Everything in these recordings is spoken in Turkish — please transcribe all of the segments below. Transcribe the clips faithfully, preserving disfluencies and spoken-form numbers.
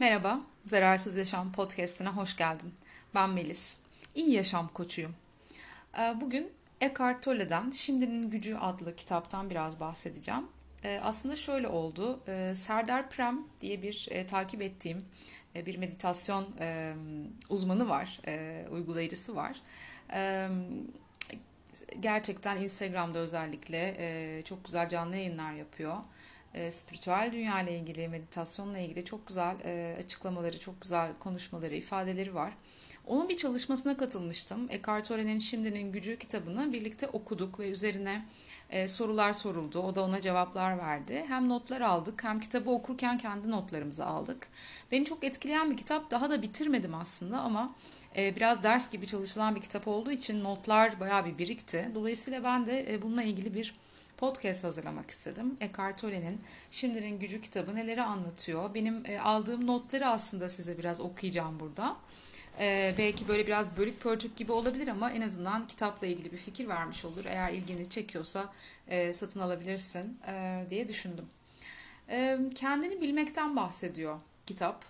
Merhaba, Zararsız Yaşam Podcast'ine hoş geldin. Ben Melis, İyi Yaşam Koçuyum. Ee, Bugün Eckhart Tolle'den Şimdinin Gücü adlı kitaptan biraz bahsedeceğim. Ee, Aslında şöyle oldu, Ee, Serdar Prem diye bir e, takip ettiğim e, bir meditasyon e, uzmanı var, e, uygulayıcısı var. E, Gerçekten Instagram'da özellikle e, çok güzel canlı yayınlar yapıyor. E, spiritüel dünya ile ilgili, meditasyonla ilgili çok güzel e, açıklamaları, çok güzel konuşmaları, ifadeleri var. Onun bir çalışmasına katılmıştım. Eckhart Tolle'nin Şimdinin Gücü kitabını birlikte okuduk ve üzerine e, sorular soruldu. O da ona cevaplar verdi. Hem notlar aldık hem kitabı okurken kendi notlarımızı aldık. Beni çok etkileyen bir kitap. Daha da bitirmedim aslında ama e, biraz ders gibi çalışılan bir kitap olduğu için notlar bayağı bir birikti. Dolayısıyla ben de e, bununla ilgili bir podcast hazırlamak istedim. Eckhart Tolle'nin Şimdinin Gücü kitabı neleri anlatıyor? Benim e, aldığım notları aslında size biraz okuyacağım burada. E, belki böyle biraz bölük pörçük gibi olabilir ama en azından kitapla ilgili bir fikir vermiş olur. Eğer ilgini çekiyorsa e, satın alabilirsin e, diye düşündüm. E, kendini bilmekten bahsediyor kitap.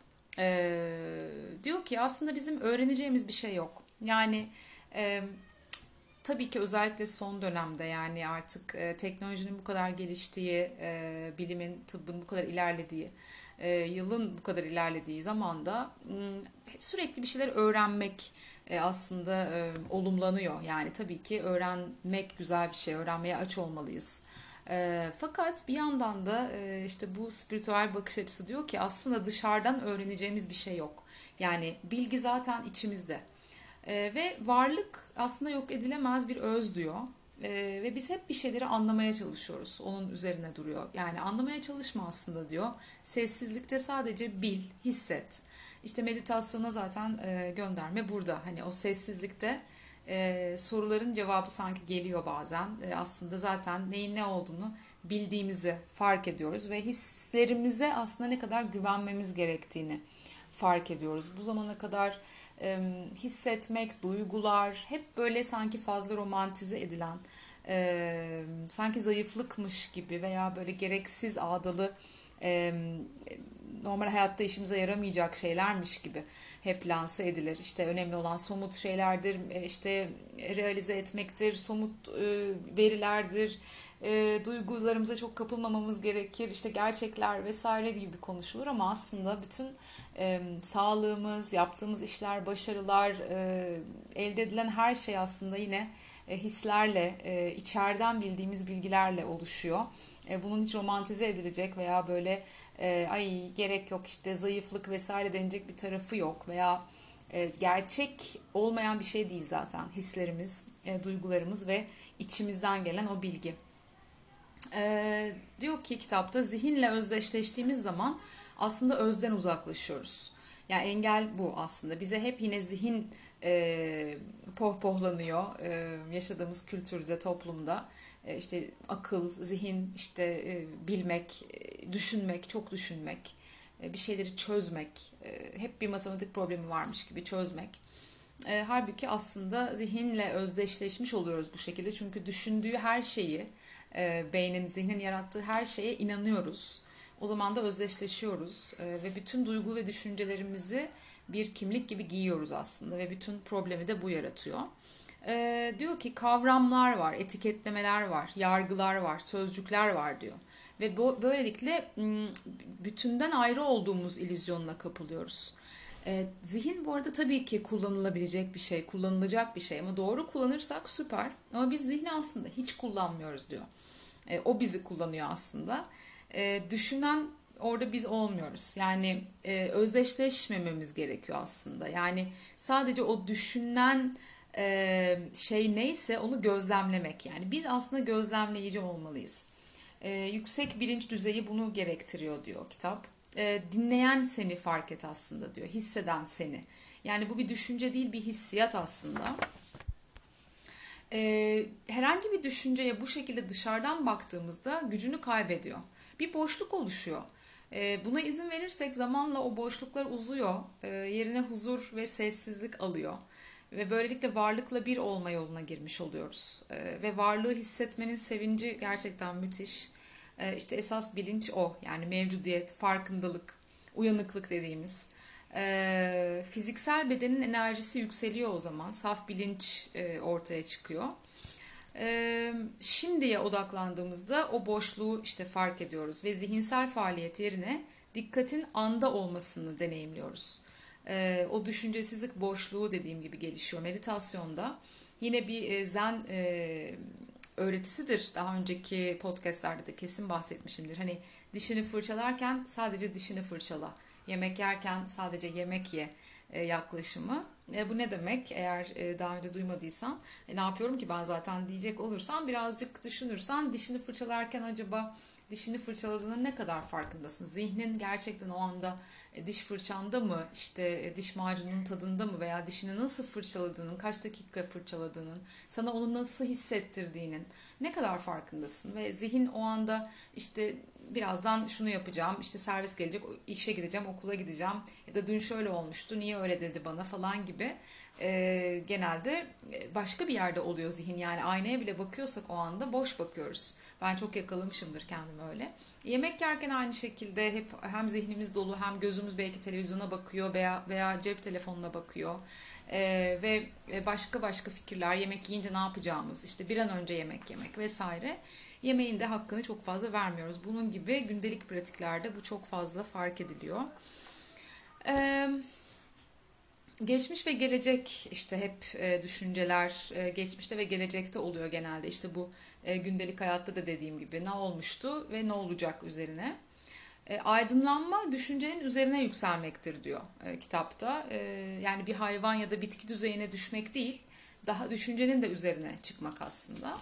E, Diyor ki aslında bizim öğreneceğimiz bir şey yok. Yani e, tabii ki özellikle son dönemde yani artık e, teknolojinin bu kadar geliştiği, e, bilimin, tıbbın bu kadar ilerlediği, e, yılın bu kadar ilerlediği zamanda m, sürekli bir şeyler öğrenmek e, aslında e, olumlanıyor. Yani tabii ki öğrenmek güzel bir şey, öğrenmeye aç olmalıyız. E, fakat bir yandan da e, işte bu spiritüel bakış açısı diyor ki aslında dışarıdan öğreneceğimiz bir şey yok. Yani bilgi zaten içimizde. Ee, ve varlık aslında yok edilemez bir öz diyor. Ee, ve biz hep bir şeyleri anlamaya çalışıyoruz. Onun üzerine duruyor. Yani anlamaya çalışma aslında diyor. Sessizlikte sadece bil, hisset. İşte meditasyona zaten e, gönderme burada. Hani o sessizlikte e, soruların cevabı sanki geliyor bazen. E, aslında zaten neyin ne olduğunu bildiğimizi fark ediyoruz ve hislerimize aslında ne kadar güvenmemiz gerektiğini fark ediyoruz. Bu zamana kadar e, hissetmek, duygular hep böyle sanki fazla romantize edilen, e, sanki zayıflıkmış gibi veya böyle gereksiz ağdalı, e, normal hayatta işimize yaramayacak şeylermiş gibi hep lanse edilir. İşte önemli olan somut şeylerdir, e, işte realize etmektir, somut e, verilerdir, e, duygularımıza çok kapılmamamız gerekir, işte gerçekler vesaire gibi konuşulur ama aslında bütün e, sağlığımız, yaptığımız işler, başarılar, e, elde edilen her şey aslında yine e, hislerle, e, içeriden bildiğimiz bilgilerle oluşuyor. E, bunun hiç romantize edilecek veya böyle e, ay gerek yok işte zayıflık vesaire denilecek bir tarafı yok veya e, gerçek olmayan bir şey değil zaten hislerimiz, e, duygularımız ve içimizden gelen o bilgi. Ee, diyor ki kitapta zihinle özdeşleştiğimiz zaman aslında özden uzaklaşıyoruz. Yani engel bu aslında. Bize hep yine zihin e, pohpohlanıyor e, yaşadığımız kültürde, toplumda. E, işte akıl, zihin, işte e, bilmek, e, düşünmek, çok düşünmek, e, bir şeyleri çözmek, e, hep bir matematik problemi varmış gibi çözmek. E, halbuki aslında zihinle özdeşleşmiş oluyoruz bu şekilde. Çünkü düşündüğü her şeyi, e, beynin, zihnin yarattığı her şeye inanıyoruz. O zaman da özdeşleşiyoruz e, ve bütün duygu ve düşüncelerimizi bir kimlik gibi giyiyoruz aslında ve bütün problemi de bu yaratıyor. E, diyor ki kavramlar var, etiketlemeler var, yargılar var, sözcükler var diyor. Ve bu, böylelikle bütünden ayrı olduğumuz illüzyonuna kapılıyoruz. E, zihin bu arada tabii ki kullanılabilecek bir şey, kullanılacak bir şey ama doğru kullanırsak süper. Ama biz zihni aslında hiç kullanmıyoruz diyor. E, o bizi kullanıyor aslında. E, düşünen orada biz olmuyoruz. Yani e, özdeşleşmememiz gerekiyor aslında. Yani sadece o düşünen e, şey neyse onu gözlemlemek. Yani biz aslında gözlemleyici olmalıyız. E, yüksek bilinç düzeyi bunu gerektiriyor diyor kitap. E, dinleyen seni fark et aslında diyor. Hisseden seni. Yani bu bir düşünce değil bir hissiyat aslında. E, herhangi bir düşünceye bu şekilde dışarıdan baktığımızda gücünü kaybediyor. Bir boşluk oluşuyor. E, buna izin verirsek zamanla o boşluklar uzuyor. E, yerine huzur ve sessizlik alıyor. Ve böylelikle varlıkla bir olma yoluna girmiş oluyoruz. E, ve varlığı hissetmenin sevinci gerçekten müthiş. E, işte esas bilinç o. Yani mevcudiyet, farkındalık. uyanıklık dediğimiz. E, fiziksel bedenin enerjisi yükseliyor o zaman. Saf bilinç e, ortaya çıkıyor. E, şimdiye odaklandığımızda o boşluğu işte fark ediyoruz ve zihinsel faaliyet yerine dikkatin anda olmasını deneyimliyoruz. E, o düşüncesizlik boşluğu dediğim gibi gelişiyor meditasyonda. Yine bir e, zen e, öğretisidir. Daha önceki podcastlerde de kesin bahsetmişimdir. Hani dişini fırçalarken sadece dişini fırçala. Yemek yerken sadece yemek ye e, yaklaşımı. E, bu ne demek? Eğer e, daha önce duymadıysan e, ne yapıyorum ki ben zaten diyecek olursan birazcık düşünürsen dişini fırçalarken acaba dişini fırçaladığının ne kadar farkındasın? Zihnin gerçekten o anda e, diş fırçanda mı, işte e, diş macununun tadında mı veya dişini nasıl fırçaladığının, kaç dakika fırçaladığının, sana onu nasıl hissettirdiğinin ne kadar farkındasın? Ve zihin o anda işte birazdan şunu yapacağım, işte servis gelecek, işe gideceğim, okula gideceğim ya da dün şöyle olmuştu, niye öyle dedi bana falan gibi e, genelde başka bir yerde oluyor zihin. Yani aynaya bile bakıyorsak o anda boş bakıyoruz. Ben çok yakalamışımdır kendimi öyle. Yemek yerken aynı şekilde hep hem zihnimiz dolu hem gözümüz belki televizyona bakıyor veya veya cep telefonuna bakıyor. Ee, ve başka başka fikirler, yemek yiyince ne yapacağımız, işte bir an önce yemek yemek vesaire. Yemeğin de hakkını çok fazla vermiyoruz. Bunun gibi gündelik pratiklerde bu çok fazla fark ediliyor. Ee, Geçmiş ve gelecek işte hep e, düşünceler e, geçmişte ve gelecekte oluyor genelde. İşte bu e, gündelik hayatta da dediğim gibi ne olmuştu ve ne olacak üzerine. E, aydınlanma düşüncenin üzerine yükselmektir diyor e, kitapta. E, yani bir hayvan ya da bitki düzeyine düşmek değil, daha düşüncenin de üzerine çıkmak aslında.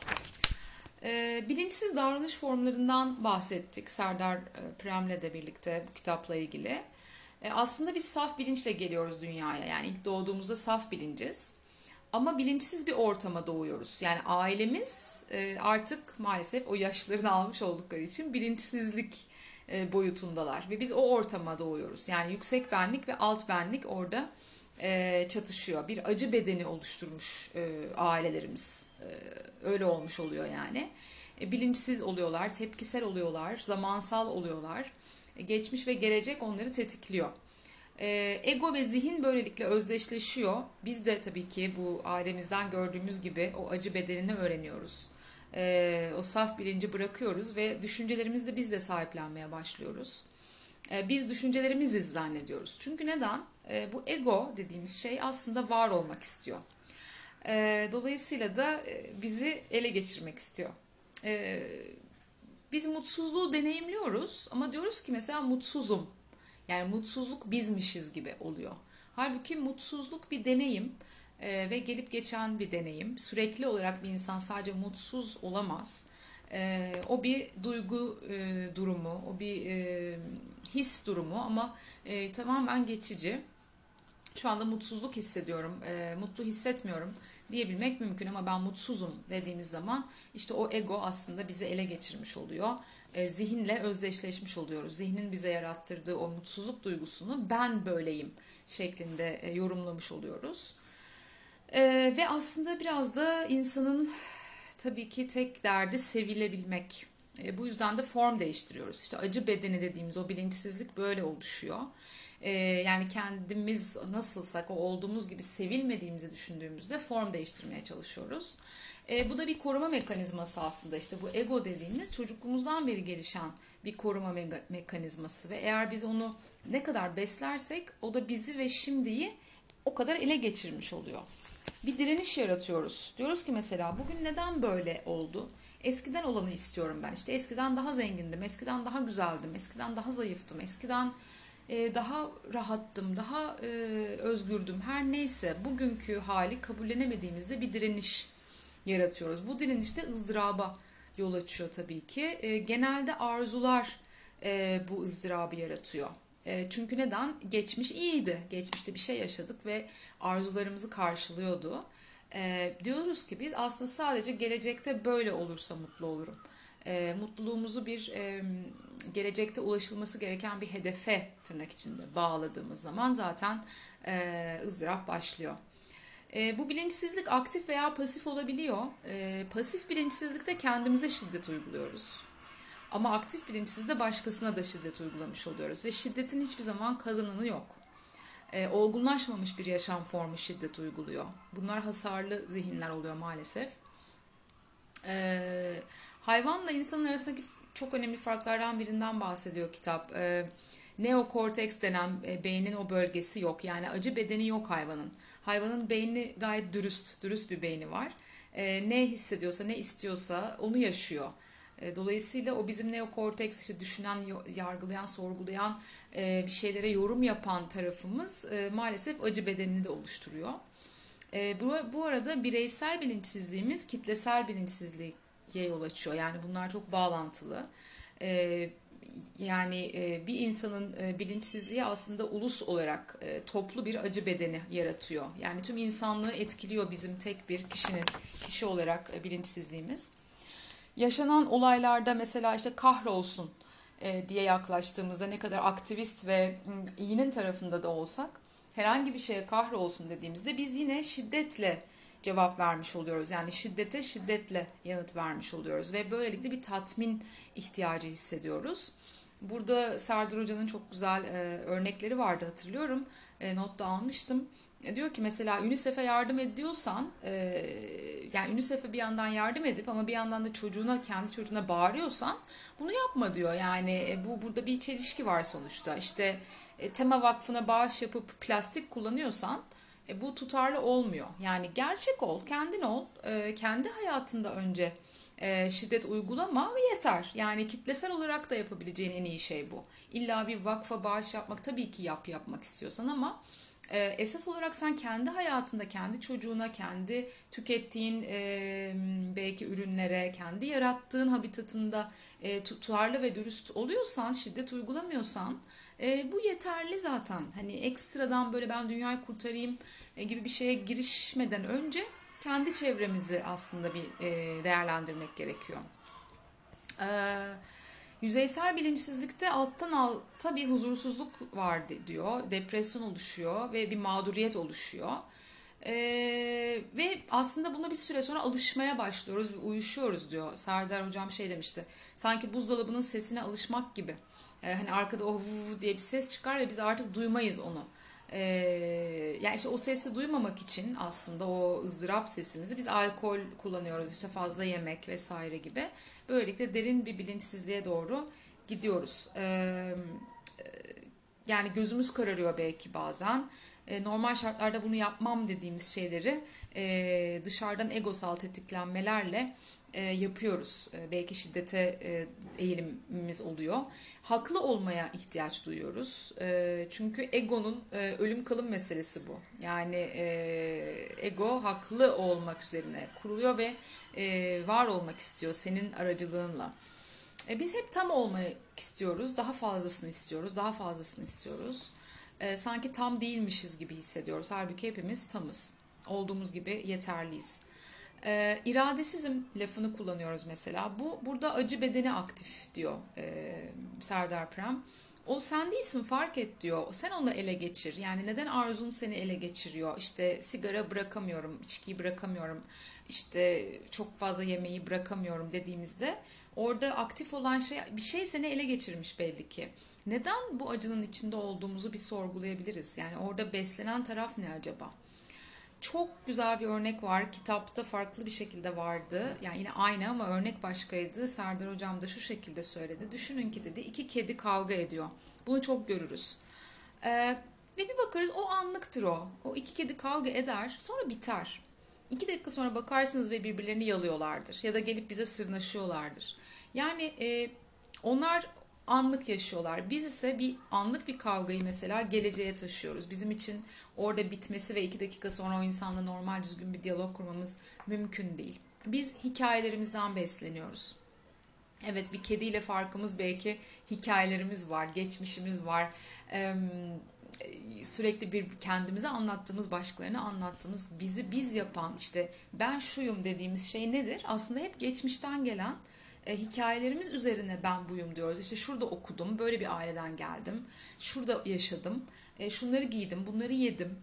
E, bilinçsiz davranış formlarından bahsettik Serdar e, Prem'le de birlikte bu kitapla ilgili. E, aslında biz saf bilinçle geliyoruz dünyaya. Yani ilk doğduğumuzda saf bilinciz. Ama bilinçsiz bir ortama doğuyoruz. Yani ailemiz e, artık maalesef o yaşlarını almış oldukları için bilinçsizlik e, boyutundalar. Ve biz o ortama doğuyoruz. Yani yüksek benlik ve alt benlik orada e, çatışıyor. Bir acı bedeni oluşturmuş e, ailelerimiz. E, öyle olmuş oluyor yani. E, bilinçsiz oluyorlar, tepkisel oluyorlar, zamansal oluyorlar. E, geçmiş ve gelecek onları tetikliyor. E, ego ve zihin böylelikle özdeşleşiyor. Biz de tabii ki bu ailemizden gördüğümüz gibi o acı bedenini öğreniyoruz. E, o saf bilinci bırakıyoruz ve düşüncelerimizi biz de sahiplenmeye başlıyoruz. E, biz düşüncelerimiziz zannediyoruz. Çünkü neden? E, bu ego dediğimiz şey aslında var olmak istiyor. E, dolayısıyla da e, bizi ele geçirmek istiyor. E, Biz mutsuzluğu deneyimliyoruz ama diyoruz ki mesela mutsuzum. Yani mutsuzluk bizmişiz gibi oluyor. Halbuki mutsuzluk bir deneyim e, ve gelip geçen bir deneyim. Sürekli olarak bir insan sadece mutsuz olamaz. E, o bir duygu e, durumu, o bir e, his durumu ama e, tamamen geçici. Şu anda mutsuzluk hissediyorum, e, mutlu hissetmiyorum diyebilmek mümkün ama ben mutsuzum dediğimiz zaman işte o ego aslında bizi ele geçirmiş oluyor. E, zihinle özdeşleşmiş oluyoruz. Zihnin bize yarattırdığı o mutsuzluk duygusunu ben böyleyim şeklinde e, yorumlamış oluyoruz. E, ve aslında biraz da insanın tabii ki tek derdi sevilebilmek. E, bu yüzden de form değiştiriyoruz. İşte acı bedeni dediğimiz o bilinçsizlik böyle oluşuyor. E, yani kendimiz nasılsak o olduğumuz gibi sevilmediğimizi düşündüğümüzde form değiştirmeye çalışıyoruz. E, bu da bir koruma mekanizması aslında. İşte bu ego dediğimiz çocukluğumuzdan beri gelişen bir koruma me- mekanizması ve eğer biz onu ne kadar beslersek o da bizi ve şimdiyi o kadar ele geçirmiş oluyor. Bir direniş yaratıyoruz. Diyoruz ki mesela bugün neden böyle oldu? Eskiden olanı istiyorum ben. İşte eskiden daha zengindim, eskiden daha güzeldim, eskiden daha zayıftım, eskiden e, daha rahattım, daha e, özgürdüm. Her neyse bugünkü hali kabullenemediğimizde bir direniş yaratıyoruz. Bu direniş de ızdıraba yol açıyor tabii ki. E, genelde arzular e, bu ızdırabı yaratıyor. E, çünkü neden? Geçmiş iyiydi. Geçmişte bir şey yaşadık ve arzularımızı karşılıyordu. E, diyoruz ki biz aslında sadece gelecekte böyle olursa mutlu olurum. E, mutluluğumuzu bir e, gelecekte ulaşılması gereken bir hedefe tırnak içinde bağladığımız zaman zaten e, ızdırap başlıyor. E, bu bilinçsizlik aktif veya pasif olabiliyor. E, pasif bilinçsizlikte kendimize şiddet uyguluyoruz. Ama aktif bilinçsizde başkasına da şiddet uygulamış oluyoruz ve şiddetin hiçbir zaman kazananı yok. E, olgunlaşmamış bir yaşam formu şiddet uyguluyor. Bunlar hasarlı zihinler oluyor maalesef. E, Hayvanla insanın arasındaki çok önemli farklardan birinden bahsediyor kitap. E, neokorteks denen e, beynin o bölgesi yok. Yani acı bedeni yok hayvanın. Hayvanın beyni gayet dürüst, dürüst bir beyni var. E, ne hissediyorsa, ne istiyorsa onu yaşıyor. E, dolayısıyla o bizim neokorteks, işte düşünen, yargılayan, sorgulayan, e, bir şeylere yorum yapan tarafımız e, maalesef acı bedenini de oluşturuyor. E, bu, bu arada bireysel bilinçsizliğimiz kitlesel bilinçsizliğe yol açıyor. Yani bunlar çok bağlantılı. E, Yani e, bir insanın e, bilinçsizliği aslında ulus olarak e, toplu bir acı bedeni yaratıyor. Yani tüm insanlığı etkiliyor bizim tek bir kişinin kişi olarak e, bilinçsizliğimiz. Yaşanan olaylarda mesela işte kahrolsun e, diye yaklaştığımızda ne kadar aktivist ve iyinin tarafında da olsak herhangi bir şeye kahrolsun dediğimizde biz yine şiddetle cevap vermiş oluyoruz. Yani şiddete şiddetle yanıt vermiş oluyoruz ve böylelikle bir tatmin ihtiyacı hissediyoruz. Burada Serdar Hoca'nın çok güzel e, örnekleri vardı, hatırlıyorum. E, not da almıştım. E, diyor ki mesela UNICEF'e yardım ediyorsan, e, yani UNICEF'e bir yandan yardım edip ama bir yandan da çocuğuna, kendi çocuğuna bağırıyorsan bunu yapma diyor. Yani e, bu burada bir çelişki var sonuçta. İşte e, Tema Vakfı'na bağış yapıp plastik kullanıyorsan e, bu tutarlı olmuyor. Yani gerçek ol, kendin ol, e, kendi hayatında önce e, şiddet uygulama ve yeter. Yani kitlesel olarak da yapabileceğin en iyi şey bu. İlla bir vakfa bağış yapmak tabii ki yap yapmak istiyorsan ama e, esas olarak sen kendi hayatında, kendi çocuğuna, kendi tükettiğin e, belki ürünlere, kendi yarattığın habitatında e, tutarlı ve dürüst oluyorsan, şiddet uygulamıyorsan e, bu yeterli zaten. Hani ekstradan böyle ben dünyayı kurtarayım e, gibi bir şeye girişmeden önce kendi çevremizi aslında bir e, değerlendirmek gerekiyor. Ee, Yüzeysel bilinçsizlikte alttan alta bir huzursuzluk var diyor. Depresyon oluşuyor ve bir mağduriyet oluşuyor. Ee, Ve aslında buna bir süre sonra alışmaya başlıyoruz ve uyuşuyoruz diyor. Serdar hocam şey demişti. Sanki buzdolabının sesine alışmak gibi. Ee, hani arkada o vuv diye bir ses çıkar ve biz artık duymayız onu. Ee, Yani işte o sesi duymamak için aslında o ızdırap sesimizi biz alkol kullanıyoruz, işte fazla yemek vesaire gibi. Böylelikle derin bir bilinçsizliğe doğru gidiyoruz. Ee, Yani gözümüz kararıyor belki bazen. E, normal şartlarda bunu yapmam dediğimiz şeyleri e, dışarıdan egosal tetiklenmelerle e, yapıyoruz. E, belki şiddete e, eğilimimiz oluyor. Haklı olmaya ihtiyaç duyuyoruz. E, çünkü egonun e, ölüm kalım meselesi bu. Yani e, ego haklı olmak üzerine kuruluyor ve e, var olmak istiyor senin aracılığınla. E, biz hep tam olmak istiyoruz, daha fazlasını istiyoruz, daha fazlasını istiyoruz. E, sanki tam değilmişiz gibi hissediyoruz. Halbuki hepimiz tamız. Olduğumuz gibi yeterliyiz. E, iradesizim lafını kullanıyoruz mesela. Bu burada acı bedeni aktif diyor e, Serdar Prem. O sen değilsin, fark et diyor. Sen onu ele geçir. Yani neden arzun seni ele geçiriyor? İşte sigara bırakamıyorum, içkiyi bırakamıyorum, işte çok fazla yemeği bırakamıyorum dediğimizde orada aktif olan şey, bir şey seni ele geçirmiş belli ki. Neden bu acının içinde olduğumuzu bir sorgulayabiliriz. Yani orada beslenen taraf ne acaba? Çok güzel bir örnek var. Kitapta farklı bir şekilde vardı. Yani yine aynı ama örnek başkaydı. Serdar Hocam da şu şekilde söyledi. Düşünün ki dedi, iki kedi kavga ediyor. Bunu çok görürüz. Ee, Ve bir bakarız o anlıktır o. O iki kedi kavga eder, sonra biter. İki dakika sonra bakarsınız ve birbirlerini yalıyorlardır. Ya da gelip bize sırnaşıyorlardır. Yani e, onlar anlık yaşıyorlar. Biz ise bir anlık bir kavgayı mesela geleceğe taşıyoruz. Bizim için orada bitmesi ve iki dakika sonra o insanla normal düzgün bir diyalog kurmamız mümkün değil. Biz hikayelerimizden besleniyoruz. Evet, bir kediyle farkımız belki hikayelerimiz var, geçmişimiz var. Ee, Sürekli bir kendimize anlattığımız, başkalarına anlattığımız, bizi biz yapan, işte ben şuyum dediğimiz şey nedir? Aslında hep geçmişten gelen e, hikayelerimiz üzerine ben buyum diyoruz. İşte şurada okudum, böyle bir aileden geldim, şurada yaşadım, e, şunları giydim, bunları yedim,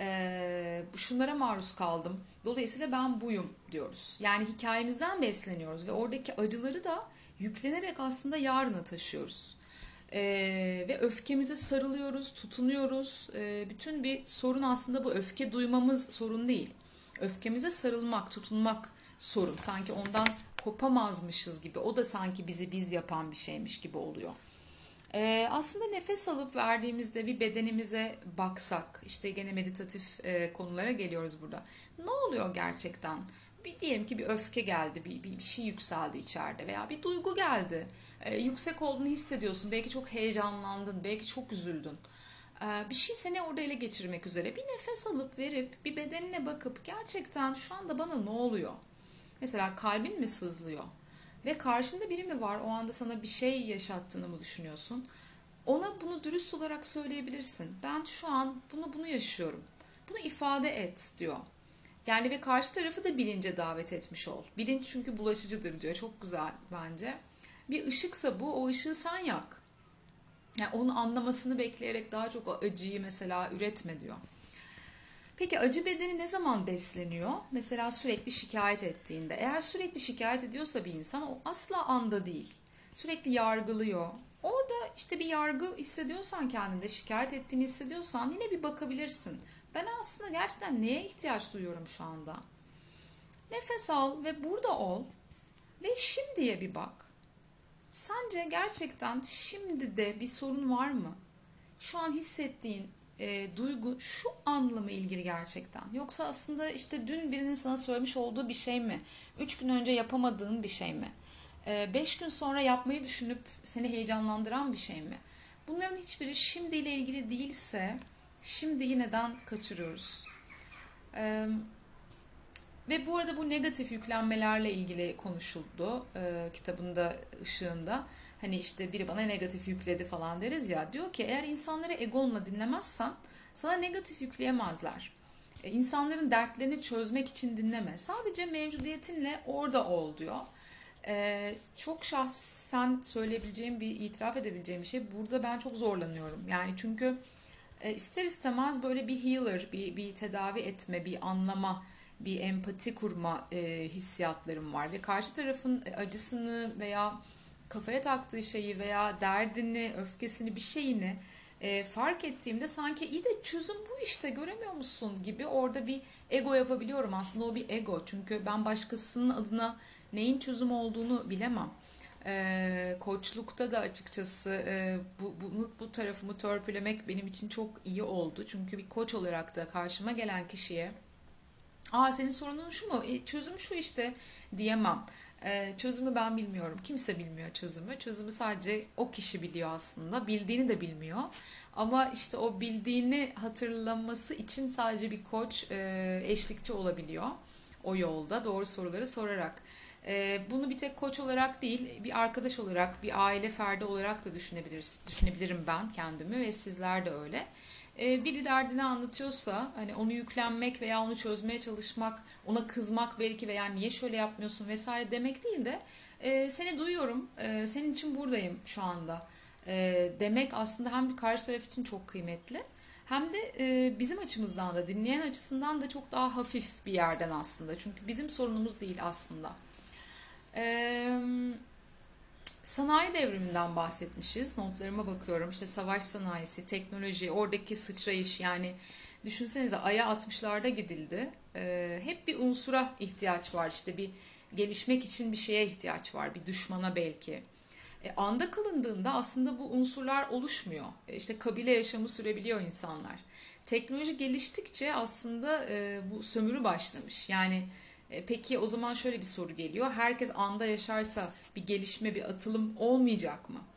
e, şunlara maruz kaldım. Dolayısıyla ben buyum diyoruz. Yani hikayemizden besleniyoruz ve oradaki acıları da yüklenerek aslında yarına taşıyoruz. Ee, ve öfkemize sarılıyoruz, tutunuyoruz. Ee, bütün bir sorun aslında bu, öfke duymamız sorun değil. Öfkemize sarılmak, tutunmak sorun. Sanki ondan kopamazmışız gibi. O da sanki bizi biz yapan bir şeymiş gibi oluyor. Ee, aslında nefes alıp verdiğimizde bir bedenimize baksak, işte gene meditatif e, konulara geliyoruz burada. Ne oluyor gerçekten? Bir diyelim ki bir öfke geldi, bir, bir, bir şey yükseldi içeride veya bir duygu geldi. Ee, yüksek olduğunu hissediyorsun, belki çok heyecanlandın, belki çok üzüldün. Ee, bir şey seni orada ele geçirmek üzere. Bir nefes alıp verip bir bedenine bakıp gerçekten şu anda bana ne oluyor? Mesela kalbin mi sızlıyor? Ve karşında biri mi var, o anda sana bir şey yaşattığını mı düşünüyorsun? Ona bunu dürüst olarak söyleyebilirsin. Ben şu an bunu bunu yaşıyorum. Bunu ifade et diyor. Yani ve karşı tarafı da bilince davet etmiş ol. Bilinç çünkü bulaşıcıdır diyor. Çok güzel bence. Bir ışıksa bu, o ışığı sen yak. Yani onu anlamasını bekleyerek daha çok o acıyı mesela üretme diyor. Peki acı bedeni ne zaman besleniyor? Mesela sürekli şikayet ettiğinde. Eğer sürekli şikayet ediyorsa bir insan, o asla anda değil. Sürekli yargılıyor. Orada işte bir yargı hissediyorsan, kendinde şikayet ettiğini hissediyorsan yine bir bakabilirsin. Ben aslında gerçekten neye ihtiyaç duyuyorum şu anda? Nefes al ve burada ol ve şimdiye bir bak. Sence gerçekten şimdi de bir sorun var mı? Şu an hissettiğin e, duygu şu anla mı ilgili gerçekten? Yoksa aslında işte dün birinin sana söylemiş olduğu bir şey mi? Üç gün önce yapamadığın bir şey mi? E, beş gün sonra yapmayı düşünüp seni heyecanlandıran bir şey mi? Bunların hiçbiri şimdiyle ilgili değilse şimdiyi neden kaçırıyoruz? E, Ve bu arada bu negatif yüklenmelerle ilgili konuşuldu e, kitabında, ışığında. Hani işte biri bana negatif yükledi falan deriz ya. Diyor ki eğer insanları egonla dinlemezsen sana negatif yükleyemezler. E, insanların dertlerini çözmek için dinleme. Sadece mevcudiyetinle orada ol diyor. E, çok şahsen söyleyebileceğim bir, itiraf edebileceğim bir şey. Burada ben çok zorlanıyorum. Yani çünkü e, ister istemez böyle bir healer, bir, bir tedavi etme, bir anlama, bir empati kurma e, hissiyatlarım var. Ve karşı tarafın acısını veya kafaya taktığı şeyi veya derdini, öfkesini, bir şeyini e, fark ettiğimde sanki iyi de çözüm bu işte, göremiyor musun gibi orada bir ego yapabiliyorum. Aslında o bir ego. Çünkü ben başkasının adına neyin çözüm olduğunu bilemem. E, koçlukta da açıkçası e, bu, bu, bu tarafımı törpülemek benim için çok iyi oldu. Çünkü bir koç olarak da karşıma gelen kişiye aa senin sorunun şu mu? E, çözüm şu işte diyemem. E, çözümü ben bilmiyorum. Kimse bilmiyor çözümü. Çözümü sadece o kişi biliyor aslında. Bildiğini de bilmiyor. Ama işte o bildiğini hatırlaması için sadece bir koç e, eşlikçi olabiliyor. O yolda doğru soruları sorarak. E, bunu bir tek koç olarak değil, bir arkadaş olarak, bir aile ferdi olarak da düşünebiliriz, düşünebilirim ben kendimi ve sizler de öyle. E, biri derdini anlatıyorsa hani onu yüklenmek veya onu çözmeye çalışmak, ona kızmak belki veya niye şöyle yapmıyorsun vesaire demek değil de e, seni duyuyorum, e, senin için buradayım şu anda e, demek aslında hem karşı taraf için çok kıymetli, hem de e, bizim açımızdan da, dinleyen açısından da çok daha hafif bir yerden aslında. Çünkü bizim sorunumuz değil aslında. Eee Sanayi devriminden bahsetmişiz. Notlarıma bakıyorum. İşte savaş sanayisi, teknoloji, oradaki sıçrayış, yani düşünsenize Ay'a altmışlarda gidildi. Ee, hep bir unsura ihtiyaç var. İşte bir gelişmek için bir şeye ihtiyaç var. Bir düşmana belki. E, anda kalındığında aslında bu unsurlar oluşmuyor. E, işte kabile yaşamı sürebiliyor insanlar. Teknoloji geliştikçe aslında e, bu sömürü başlamış. Yani e, peki o zaman şöyle bir soru geliyor. Herkes anda yaşarsa bir gelişme, bir atılım olmayacak mı?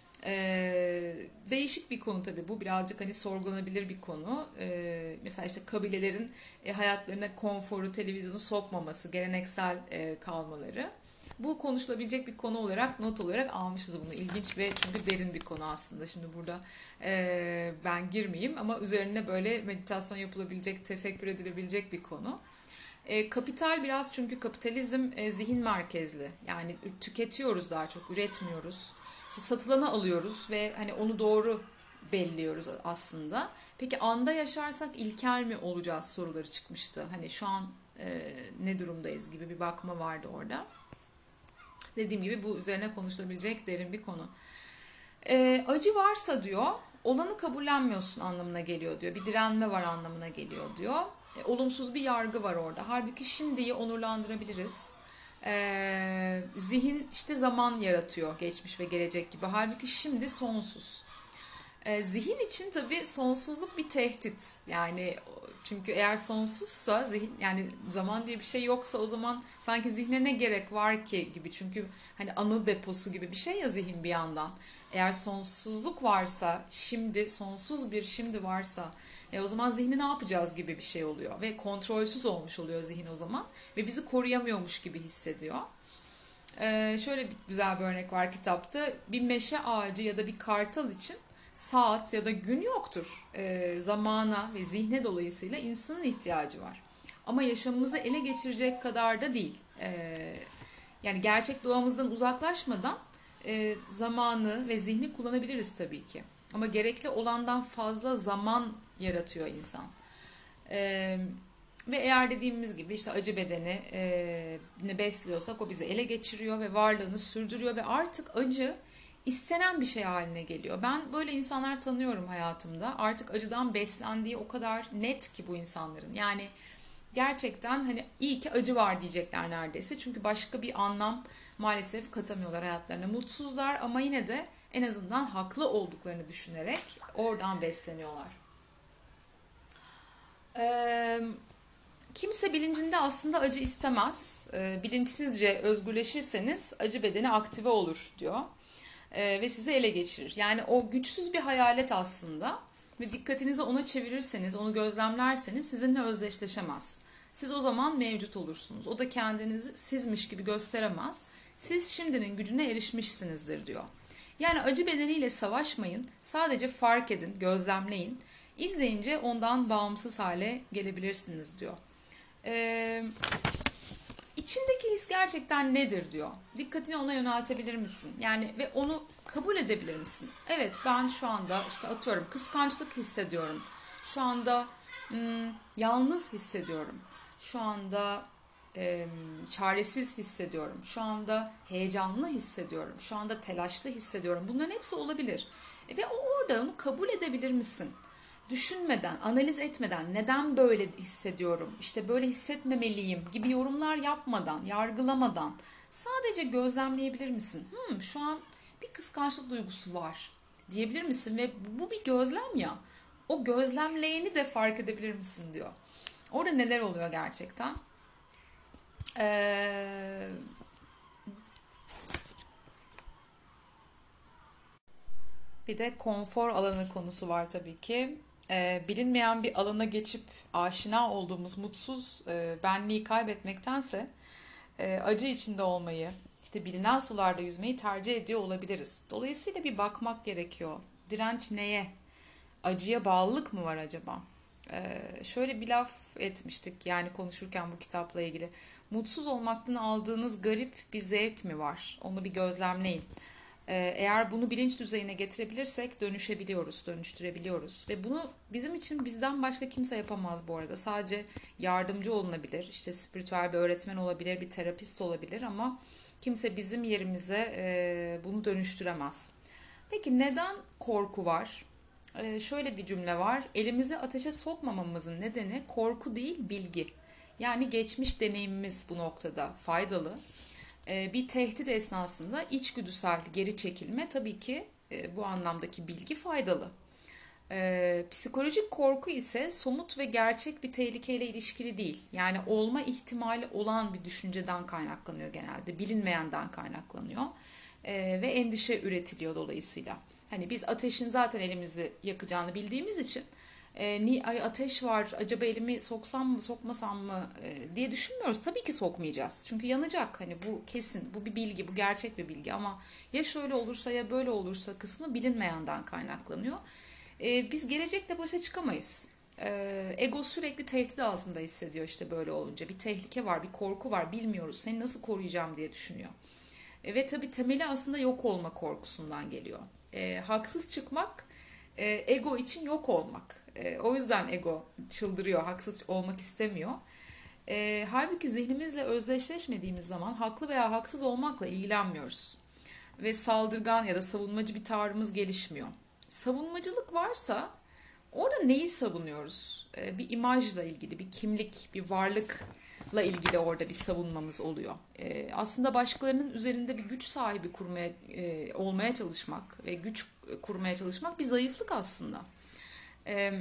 Ee, değişik bir konu tabii bu, birazcık hani sorgulanabilir bir konu. Ee, mesela işte kabilelerin e, hayatlarına konforu, televizyonu sokmaması, geleneksel e, kalmaları. Bu konuşulabilecek bir konu olarak, not olarak almışız bunu. İlginç ve çünkü derin bir konu aslında. Şimdi burada e, ben girmeyeyim ama üzerine böyle meditasyon yapılabilecek, tefekkür edilebilecek bir konu. E, kapital biraz, çünkü kapitalizm e, zihin merkezli. Yani tüketiyoruz, daha çok üretmiyoruz. İşte satılanı alıyoruz ve hani onu doğru belliyoruz aslında. Peki anda yaşarsak ilkel mi olacağız soruları çıkmıştı. Hani şu an e, ne durumdayız gibi bir bakma vardı orada. Dediğim gibi bu üzerine konuşulabilecek derin bir konu. Ee, acı varsa diyor, olanı kabullenmiyorsun anlamına geliyor diyor. Bir direnme var anlamına geliyor diyor. E, olumsuz bir yargı var orada. Halbuki şimdiyi onurlandırabiliriz. Ee, zihin işte zaman yaratıyor, geçmiş ve gelecek gibi. Halbuki şimdi sonsuz. Ee, zihin için tabii sonsuzluk bir tehdit. Yani çünkü eğer sonsuzsa zihin, yani zaman diye bir şey yoksa o zaman sanki zihne ne gerek var ki gibi. Çünkü hani anı deposu gibi bir şey ya zihin bir yandan. Eğer sonsuzluk varsa, şimdi sonsuz bir şimdi varsa, e o zaman zihni ne yapacağız gibi bir şey oluyor ve kontrolsüz olmuş oluyor zihin o zaman ve bizi koruyamıyormuş gibi hissediyor. Ee, şöyle bir güzel bir örnek var kitapta. Bir meşe ağacı ya da bir kartal için saat ya da gün yoktur. Ee, zamana ve zihne dolayısıyla insanın ihtiyacı var. Ama yaşamımızı ele geçirecek kadar da değil. Ee, yani gerçek doğamızdan uzaklaşmadan e, zamanı ve zihni kullanabiliriz tabii ki. Ama gerekli olandan fazla zaman yaratıyor insan. Ee, Ve eğer dediğimiz gibi işte acı bedeni e, ne besliyorsak o bizi ele geçiriyor ve varlığını sürdürüyor ve artık acı istenen bir şey haline geliyor. Ben böyle insanlar tanıyorum hayatımda. Artık acıdan beslendiği o kadar net ki bu insanların. Yani gerçekten hani iyi ki acı var diyecekler neredeyse. Çünkü başka bir anlam maalesef katamıyorlar hayatlarına. Mutsuzlar ama yine de en azından haklı olduklarını düşünerek oradan besleniyorlar. Ee, Kimse bilincinde aslında acı istemez. E, bilinçsizce özgürleşirseniz acı bedeni aktive olur diyor. E, ve sizi ele geçirir. Yani o güçsüz bir hayalet aslında. Ve dikkatinizi ona çevirirseniz, onu gözlemlerseniz sizinle özdeşleşemez. Siz o zaman mevcut olursunuz. O da kendinizi sizmiş gibi gösteremez. Siz şimdinin gücüne erişmişsinizdir diyor. Yani acı bedeniyle savaşmayın. Sadece fark edin, gözlemleyin. İzleyince ondan bağımsız hale gelebilirsiniz diyor. Ee, içindeki his gerçekten nedir diyor. Dikkatini ona yöneltebilir misin? Yani ve onu kabul edebilir misin? Evet, ben şu anda işte atıyorum kıskançlık hissediyorum. Şu anda hmm, yalnız hissediyorum. Şu anda e, çaresiz hissediyorum. Şu anda heyecanlı hissediyorum. Şu anda telaşlı hissediyorum. Bunların hepsi olabilir. E, ve o orada onu kabul edebilir misin? Düşünmeden, analiz etmeden neden böyle hissediyorum, işte böyle hissetmemeliyim gibi yorumlar yapmadan, yargılamadan sadece gözlemleyebilir misin? Hmm, şu an bir kıskançlık duygusu var diyebilir misin? Ve bu bir gözlem ya. O gözlemleyeni de fark edebilir misin diyor. Orada neler oluyor gerçekten? Ee, Bir de konfor alanı konusu var tabii ki. Ee, bilinmeyen bir alana geçip aşina olduğumuz mutsuz e, benliği kaybetmektense e, acı içinde olmayı, işte bilinen sularda yüzmeyi tercih ediyor olabiliriz. Dolayısıyla bir bakmak gerekiyor. Direnç neye? Acıya bağlılık mı var acaba? Ee, şöyle bir laf etmiştik yani konuşurken bu kitapla ilgili. Mutsuz olmaktan aldığınız garip bir zevk mi var? Onu bir gözlemleyin. Ee, Eğer bunu bilinç düzeyine getirebilirsek dönüşebiliyoruz, dönüştürebiliyoruz. Ve bunu bizim için bizden başka kimse yapamaz bu arada. Sadece yardımcı olunabilir, işte spiritüel bir öğretmen olabilir, bir terapist olabilir ama kimse bizim yerimize e, bunu dönüştüremez. Peki neden korku var? Ee, şöyle bir cümle var. Elimizi ateşe sokmamamızın nedeni korku değil, bilgi. Yani geçmiş deneyimimiz bu noktada faydalı. Ee, bir tehdit esnasında içgüdüsel geri çekilme tabii ki e, bu anlamdaki bilgi faydalı. Ee, psikolojik korku ise somut ve gerçek bir tehlikeyle ilişkili değil. Yani olma ihtimali olan bir düşünceden kaynaklanıyor genelde. Bilinmeyenden kaynaklanıyor. Ee, ve endişe üretiliyor dolayısıyla. Hani biz ateşin zaten elimizi yakacağını bildiğimiz için e, ni ay ateş var acaba elimi soksam mı sokmasam mı e, diye düşünmüyoruz. Tabii ki sokmayacağız. Çünkü yanacak. Hani bu kesin. Bu bir bilgi, bu gerçek bir bilgi ama ya şöyle olursa ya böyle olursa kısmı bilinmeyenden kaynaklanıyor. E, biz gelecekle başa çıkamayız. E, ego sürekli tehdit altında hissediyor işte böyle olunca. Bir tehlike var, bir korku var, bilmiyoruz. Seni nasıl koruyacağım diye düşünüyor. E, ve tabii temeli aslında yok olma korkusundan geliyor. E, haksız çıkmak e, ego için yok olmak. E, o yüzden ego çıldırıyor, haksız olmak istemiyor. E, halbuki zihnimizle özdeşleşmediğimiz zaman haklı veya haksız olmakla ilgilenmiyoruz. Ve saldırgan ya da savunmacı bir tavrımız gelişmiyor. Savunmacılık varsa orada neyi savunuyoruz? E, bir imajla ilgili, bir kimlik, bir varlıkla ilgili orada bir savunmamız oluyor. E, aslında başkalarının üzerinde bir güç sahibi kurmaya e, olmaya çalışmak ve güç kurmaya çalışmak bir zayıflık aslında. E,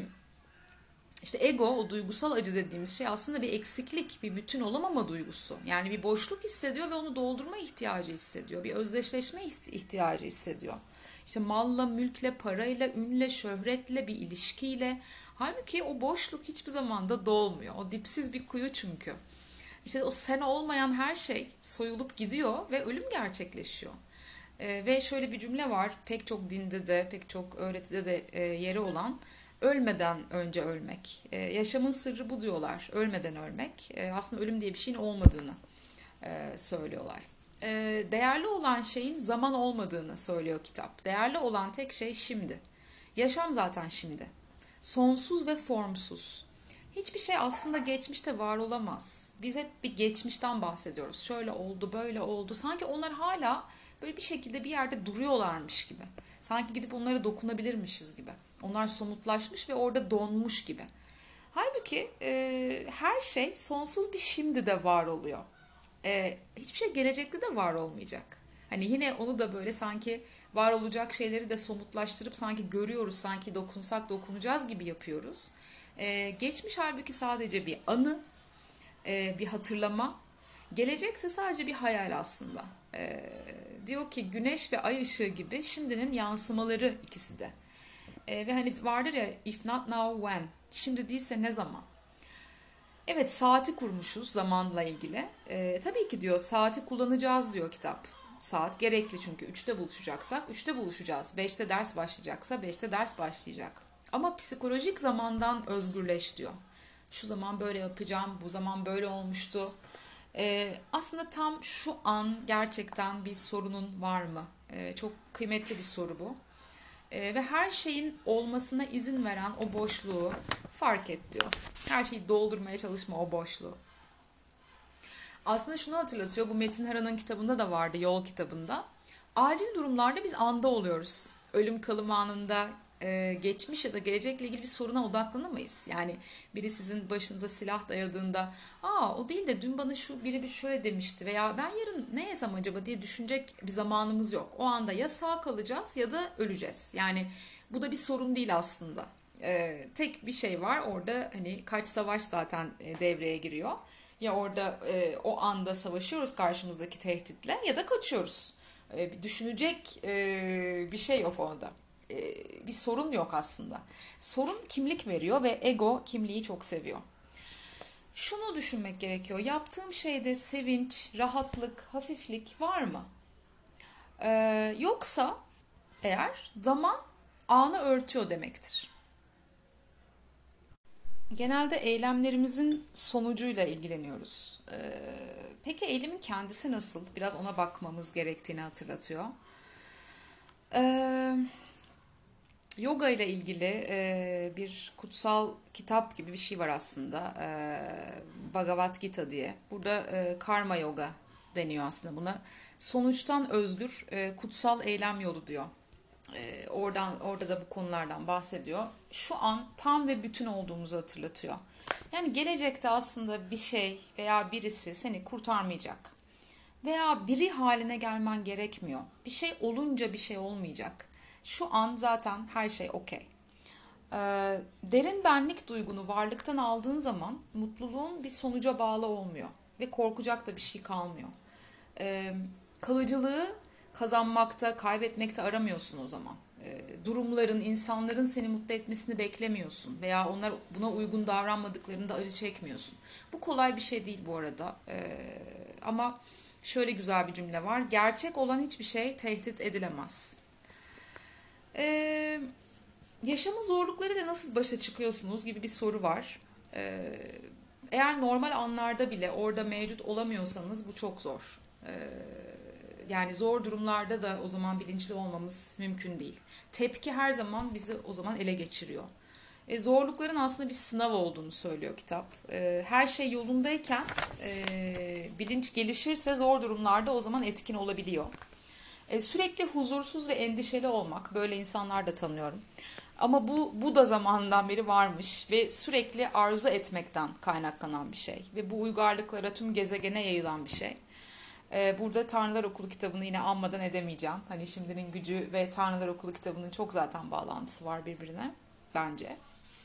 işte ego, o duygusal acı dediğimiz şey aslında bir eksiklik, bir bütün olamama duygusu. Yani bir boşluk hissediyor ve onu doldurma ihtiyacı hissediyor. Bir özdeşleşme ihtiyacı hissediyor. İşte malla, mülkle, parayla, ünle, şöhretle, bir ilişkiyle. Halbuki o boşluk hiçbir zaman da dolmuyor. O dipsiz bir kuyu çünkü. İşte o sen olmayan her şey soyulup gidiyor ve ölüm gerçekleşiyor. Ee, ve şöyle bir cümle var, pek çok dinde de, pek çok öğretide de e, yeri olan: ölmeden önce ölmek. Ee, yaşamın sırrı bu diyorlar, ölmeden ölmek. Ee, aslında ölüm diye bir şeyin olmadığını e, söylüyorlar. Ee, değerli olan şeyin zaman olmadığını söylüyor kitap. Değerli olan tek şey şimdi. Yaşam zaten şimdi. Sonsuz ve formsuz. Hiçbir şey aslında geçmişte var olamaz. Biz hep bir geçmişten bahsediyoruz. Şöyle oldu, böyle oldu. Sanki onlar hala böyle bir şekilde bir yerde duruyorlarmış gibi. Sanki gidip onlara dokunabilirmişiz gibi. Onlar somutlaşmış ve orada donmuş gibi. Halbuki e, her şey sonsuz bir şimdi de var oluyor. E, hiçbir şey gelecekte de var olmayacak. Hani yine onu da böyle sanki var olacak şeyleri de somutlaştırıp sanki görüyoruz, sanki dokunsak dokunacağız gibi yapıyoruz. E, geçmiş halbuki sadece bir anı, e, bir hatırlama. Gelecekse sadece bir hayal aslında. E, diyor ki güneş ve ay ışığı gibi şimdinin yansımaları ikisi de. E, ve hani vardır ya, if not now when? Şimdi değilse ne zaman? Evet, saati kurmuşuz zamanla ilgili. E, tabii ki diyor saati kullanacağız diyor kitap. Saat gerekli çünkü üçte buluşacaksak üçte buluşacağız. Beşte ders başlayacaksa beşte ders başlayacak. Ama psikolojik zamandan özgürleş diyor. Şu zaman böyle yapacağım, bu zaman böyle olmuştu. E, aslında tam şu an gerçekten bir sorunun var mı? E, çok kıymetli bir soru bu. E, ve her şeyin olmasına izin veren o boşluğu fark et diyor. Her şeyi doldurmaya çalışma o boşluğu. Aslında şunu hatırlatıyor. Bu Metin Hara'nın kitabında da vardı, Yol kitabında. Acil durumlarda biz anda oluyoruz. Ölüm kalım anında e, geçmiş ya da gelecekle ilgili bir soruna odaklanamayız. Yani biri sizin başınıza silah dayadığında, aa o değil de dün bana şu biri bir şöyle demişti veya ben yarın ne yesem acaba diye düşünecek bir zamanımız yok. O anda ya sağ kalacağız ya da öleceğiz. Yani bu da bir sorun değil aslında. E, tek bir şey var orada, hani kaç savaş zaten e, devreye giriyor. Ya orada e, o anda savaşıyoruz karşımızdaki tehditle ya da kaçıyoruz. E, düşünecek e, bir şey yok orada. E, bir sorun yok aslında. Sorun kimlik veriyor ve ego kimliği çok seviyor. Şunu düşünmek gerekiyor. Yaptığım şeyde sevinç, rahatlık, hafiflik var mı? E, yoksa eğer zaman anı örtüyor demektir. Genelde eylemlerimizin sonucuyla ilgileniyoruz. Ee, peki eylemin kendisi nasıl? Biraz ona bakmamız gerektiğini hatırlatıyor. Ee, yoga ile ilgili e, bir kutsal kitap gibi bir şey var aslında. Ee, Bhagavad Gita diye. Burada e, karma yoga deniyor aslında buna. Sonuçtan özgür e, kutsal eylem yolu diyor. Ee, oradan orada da bu konulardan bahsediyor. Şu an tam ve bütün olduğumuzu hatırlatıyor. Yani gelecekte aslında bir şey veya birisi seni kurtarmayacak. Veya biri haline gelmen gerekmiyor. Bir şey olunca bir şey olmayacak. Şu an zaten her şey okey. Ee, derin benlik duygunu varlıktan aldığın zaman mutluluğun bir sonuca bağlı olmuyor. Ve korkacak da bir şey kalmıyor. Ee, kalıcılığı kazanmakta, kaybetmekte aramıyorsun o zaman. Ee, durumların, insanların seni mutlu etmesini beklemiyorsun veya onlar buna uygun davranmadıklarında acı çekmiyorsun. Bu kolay bir şey değil bu arada. Ee, ama şöyle güzel bir cümle var: gerçek olan hiçbir şey tehdit edilemez. Ee, yaşamın zorluklarıyla nasıl başa çıkıyorsunuz gibi bir soru var. Ee, eğer normal anlarda bile orada mevcut olamıyorsanız bu çok zor. Ee, yani zor durumlarda da o zaman bilinçli olmamız mümkün değil. Tepki her zaman bizi o zaman ele geçiriyor. E, zorlukların aslında bir sınav olduğunu söylüyor kitap. E, her şey yolundayken e, bilinç gelişirse zor durumlarda o zaman etkin olabiliyor. E, sürekli huzursuz ve endişeli olmak, böyle insanlar da tanıyorum. Ama bu bu da zamanından beri varmış ve sürekli arzu etmekten kaynaklanan bir şey ve bu uygarlıklara, tüm gezegene yayılan bir şey. E, burada Tanrılar Okulu kitabını yine anmadan edemeyeceğim. Hani Şimdinin Gücü ve Tanrılar Okulu kitabının çok zaten bağlantısı var birbirine bence.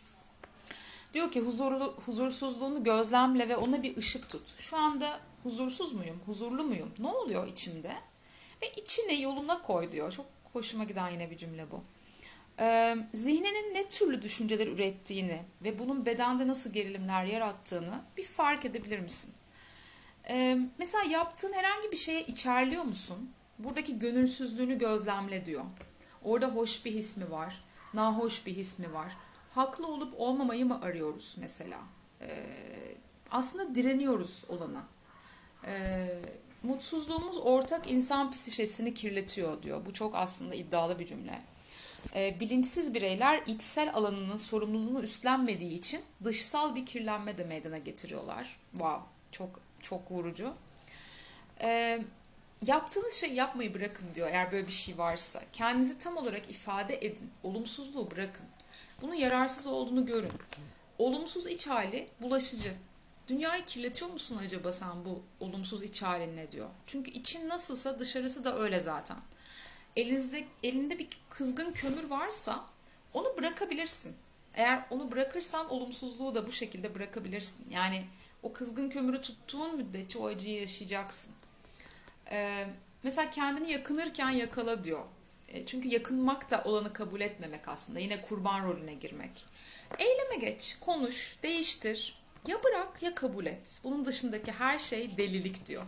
Diyor ki huzurlu, huzursuzluğunu gözlemle ve ona bir ışık tut. Şu anda huzursuz muyum, huzurlu muyum? Ne oluyor içimde? Ve içine yoluna koy diyor. Çok hoşuma giden yine bir cümle bu. Ee, zihninin ne türlü düşünceler ürettiğini ve bunun bedende nasıl gerilimler yarattığını bir fark edebilir misin? Ee, mesela yaptığın herhangi bir şeye içerliyor musun? Buradaki gönülsüzlüğünü gözlemle diyor. Orada hoş bir his mi var? Nahoş bir his mi var? Haklı olup olmamayı mı arıyoruz mesela? Ee, aslında direniyoruz olana. Ee, mutsuzluğumuz ortak insan psişesini kirletiyor diyor. Bu çok aslında iddialı bir cümle. Ee, bilinçsiz bireyler içsel alanının sorumluluğunu üstlenmediği için dışsal bir kirlenme de meydana getiriyorlar. Wow, çok çok vurucu. Ee, yaptığınız şeyi yapmayı bırakın diyor eğer böyle bir şey varsa. Kendinizi tam olarak ifade edin. Olumsuzluğu bırakın. Bunun yararsız olduğunu görün. Olumsuz iç hali bulaşıcı. Dünyayı kirletiyor musun acaba sen bu olumsuz iç halinle diyor. Çünkü için nasılsa dışarısı da öyle zaten. Elinizde, elinde bir kızgın kömür varsa onu bırakabilirsin. Eğer onu bırakırsan olumsuzluğu da bu şekilde bırakabilirsin. Yani o kızgın kömürü tuttuğun müddetçe o acıyı yaşayacaksın. Ee, mesela kendini yakınırken yakala diyor. E, çünkü yakınmak da olanı kabul etmemek aslında. Yine kurban rolüne girmek. Eyleme geç, konuş, değiştir. Ya bırak ya kabul et. Bunun dışındaki her şey delilik diyor.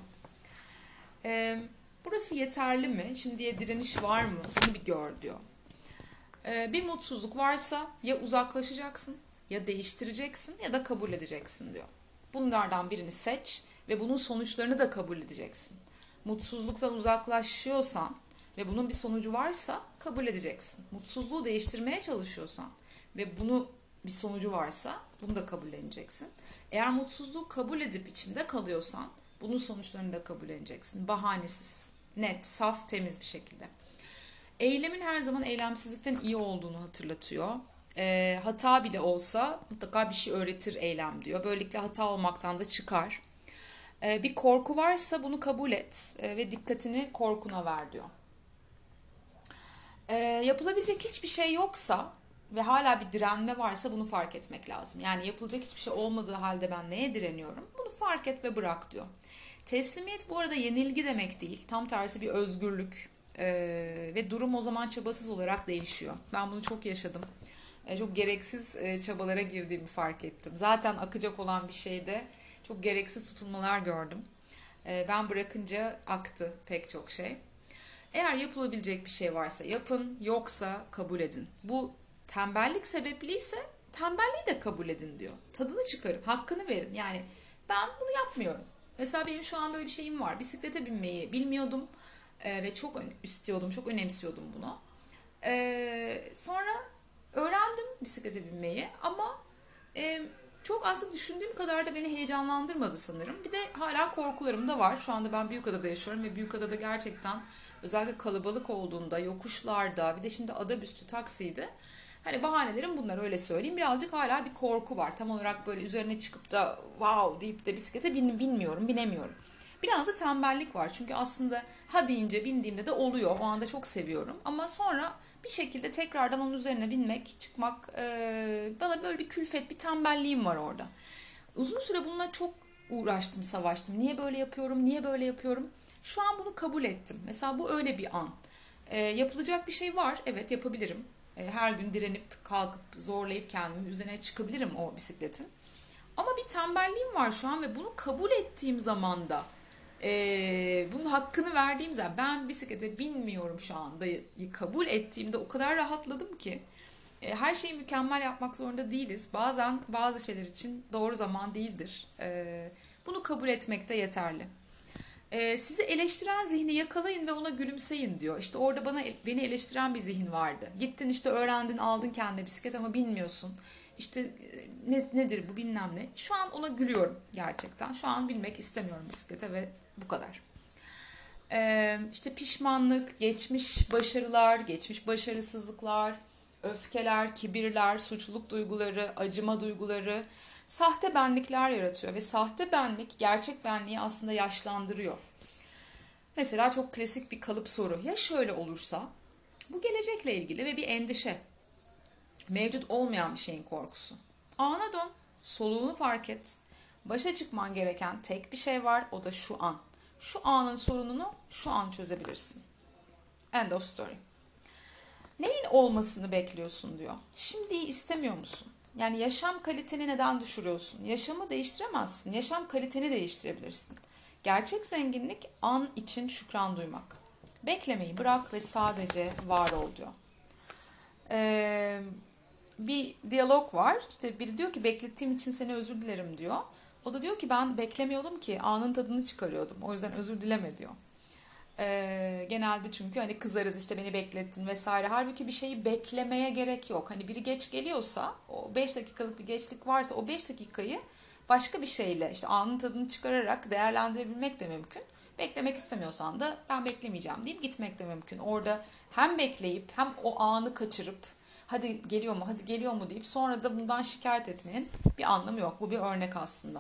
Ee, burası yeterli mi? Şimdiye direniş var mı? Bunu bir gör diyor. Ee, bir mutsuzluk varsa ya uzaklaşacaksın, ya değiştireceksin ya da kabul edeceksin diyor. Bunlardan birini seç ve bunun sonuçlarını da kabul edeceksin. Mutsuzluktan uzaklaşıyorsan ve bunun bir sonucu varsa kabul edeceksin. Mutsuzluğu değiştirmeye çalışıyorsan ve bunu bir sonucu varsa bunu da kabulleneceksin. Eğer mutsuzluğu kabul edip içinde kalıyorsan bunun sonuçlarını da kabul edeceksin. Bahanesiz, net, saf, temiz bir şekilde. Eylemin her zaman eylemsizlikten iyi olduğunu hatırlatıyor. E, hata bile olsa mutlaka bir şey öğretir eylem diyor. Böylelikle hata olmaktan da çıkar. E, bir korku varsa bunu kabul et e, ve dikkatini korkuna ver diyor. E, yapılabilecek hiçbir şey yoksa ve hala bir direnme varsa bunu fark etmek lazım. Yani yapılacak hiçbir şey olmadığı halde ben neye direniyorum? Bunu fark et ve bırak diyor. Teslimiyet bu arada yenilgi demek değil. Tam tersi bir özgürlük. Ee, ve durum o zaman çabasız olarak değişiyor. Ben bunu çok yaşadım. Ee, çok gereksiz e, çabalara girdiğimi fark ettim. Zaten akacak olan bir şeyde çok gereksiz tutunmalar gördüm. Ee, ben bırakınca aktı pek çok şey. Eğer yapılabilecek bir şey varsa yapın, yoksa kabul edin. Bu tembellik sebepliyse tembelliği de kabul edin diyor. Tadını çıkarın, hakkını verin. Yani ben bunu yapmıyorum. Mesela benim şu an böyle bir şeyim var. Bisiklete binmeyi bilmiyordum Ee, ve çok istiyordum, çok önemsiyordum bunu. Ee, sonra öğrendim bisiklete binmeyi ama e, çok aslında düşündüğüm kadar da beni heyecanlandırmadı sanırım. Bir de hala korkularım da var. Şu anda ben Büyükada'da yaşıyorum ve Büyükada'da gerçekten özellikle kalabalık olduğunda, yokuşlarda, bir de şimdi Adabüstü taksiydi. Hani bahanelerim bunlar, öyle söyleyeyim. Birazcık hala bir korku var. Tam olarak böyle üzerine çıkıp da wow deyip de bisiklete bin, binmiyorum, binemiyorum. Biraz da tembellik var. Çünkü aslında ha deyince bindiğimde de oluyor. O anda çok seviyorum. Ama sonra bir şekilde tekrardan onun üzerine binmek, çıkmak e, bana böyle bir külfet, bir tembelliğim var orada. Uzun süre bununla çok uğraştım, savaştım. Niye böyle yapıyorum, niye böyle yapıyorum? Şu an bunu kabul ettim. Mesela bu öyle bir an. E, yapılacak bir şey var. Evet, yapabilirim. E, her gün direnip kalkıp zorlayıp kendimi üzerine çıkabilirim o bisikletin. Ama bir tembelliğim var şu an ve bunu kabul ettiğim zaman da e, bunun hakkını verdiğim zaman ben bisiklete binmiyorum şu anda kabul ettiğimde o kadar rahatladım ki. E, her şeyi mükemmel yapmak zorunda değiliz. Bazen bazı şeyler için doğru zaman değildir. E, bunu kabul etmek de yeterli. E, sizi eleştiren zihni yakalayın ve ona gülümseyin diyor. İşte orada bana beni eleştiren bir zihin vardı. Gittin işte öğrendin, aldın kendine bisiklet ama bilmiyorsun. İşte e, ne, nedir bu bilmem ne. Şu an ona gülüyorum gerçekten. Şu an binmek istemiyorum bisiklete ve bu kadar. Ee, işte pişmanlık, geçmiş başarılar, geçmiş başarısızlıklar, öfkeler, kibirler, suçluluk duyguları, acıma duyguları, sahte benlikler yaratıyor ve sahte benlik gerçek benliği aslında yaşlandırıyor. Mesela çok klasik bir kalıp soru. Ya şöyle olursa? Bu gelecekle ilgili ve bir endişe. Mevcut olmayan bir şeyin korkusu. Ana dön, soluğunu fark et. Başa çıkman gereken tek bir şey var, o da şu an. Şu anın sorununu şu an çözebilirsin. End of story. Neyin olmasını bekliyorsun diyor. Şimdiyi istemiyor musun? Yani yaşam kaliteni neden düşürüyorsun? Yaşamı değiştiremezsin. Yaşam kaliteni değiştirebilirsin. Gerçek zenginlik an için şükran duymak. Beklemeyi bırak ve sadece var ol diyor. Ee, bir diyalog var. İşte biri diyor ki beklettiğim için seni özür dilerim diyor. O da diyor ki ben beklemiyordum ki anın tadını çıkarıyordum. O yüzden özür dileme diyor. Ee, genelde çünkü hani kızarız işte beni beklettin vesaire. Halbuki bir şeyi beklemeye gerek yok. Hani biri geç geliyorsa o beş dakikalık bir geçlik varsa o beş dakikayı başka bir şeyle işte anın tadını çıkararak değerlendirebilmek de mümkün. Beklemek istemiyorsan da ben beklemeyeceğim deyip gitmek de mümkün. Orada hem bekleyip hem o anı kaçırıp hadi geliyor mu hadi geliyor mu deyip sonra da bundan şikayet etmenin bir anlamı yok. Bu bir örnek aslında.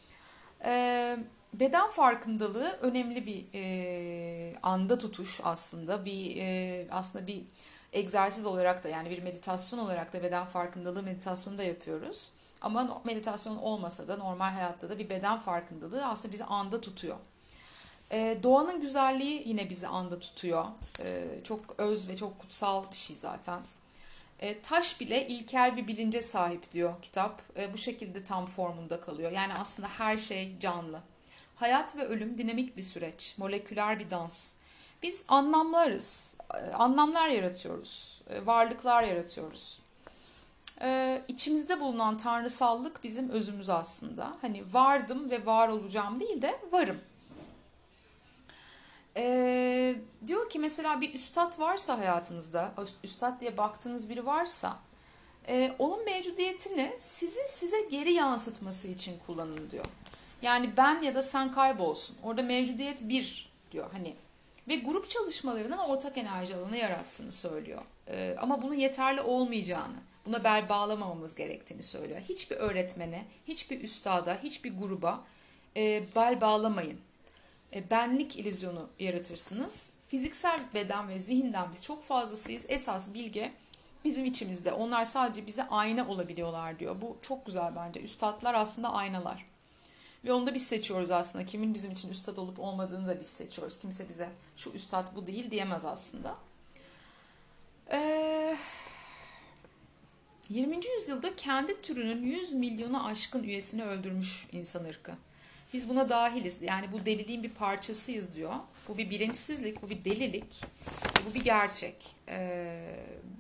Ee, beden farkındalığı önemli bir e, anda tutuş aslında. Bir e, aslında bir egzersiz olarak da yani bir meditasyon olarak da beden farkındalığı meditasyonu da yapıyoruz. Ama meditasyon olmasa da normal hayatta da bir beden farkındalığı aslında bizi anda tutuyor. Ee, doğanın güzelliği yine bizi anda tutuyor. Ee, çok öz ve çok kutsal bir şey zaten. E, taş bile ilkel bir bilince sahip diyor kitap. E, bu şekilde tam formunda kalıyor. Yani aslında her şey canlı. Hayat ve ölüm dinamik bir süreç. Moleküler bir dans. Biz anlamlarız. E, anlamlar yaratıyoruz. E, varlıklar yaratıyoruz. E, içimizde bulunan tanrısallık bizim özümüz aslında. Hani vardım ve var olacağım değil de varım. Ee, diyor ki mesela bir üstad varsa hayatınızda, üstad diye baktığınız biri varsa, e, onun mevcudiyetini sizin size geri yansıtması için kullanın diyor. Yani ben ya da sen kaybolsun. Orada mevcudiyet bir diyor hani. Ve grup çalışmalarının ortak enerji alanı yarattığını söylüyor. Ee, ama bunun yeterli olmayacağını, buna bel bağlamamamız gerektiğini söylüyor. Hiçbir öğretmene, hiçbir üstada, hiçbir gruba e, bel bağlamayın. E, benlik illüzyonu yaratırsınız. Fiziksel beden ve zihinden biz çok fazlasıyız. Esas bilge bizim içimizde. Onlar sadece bize ayna olabiliyorlar diyor. Bu çok güzel bence. Üstadlar aslında aynalar. Ve onu da biz seçiyoruz aslında. Kimin bizim için üstad olup olmadığını da biz seçiyoruz. Kimse bize şu üstad bu değil diyemez aslında. Ee, yirminci yüzyılda kendi türünün yüz milyonu aşkın üyesini öldürmüş insan ırkı. Biz buna dahiliz. Yani bu deliliğin bir parçasıyız diyor. Bu bir bilinçsizlik, bu bir delilik, bu bir gerçek. Ee,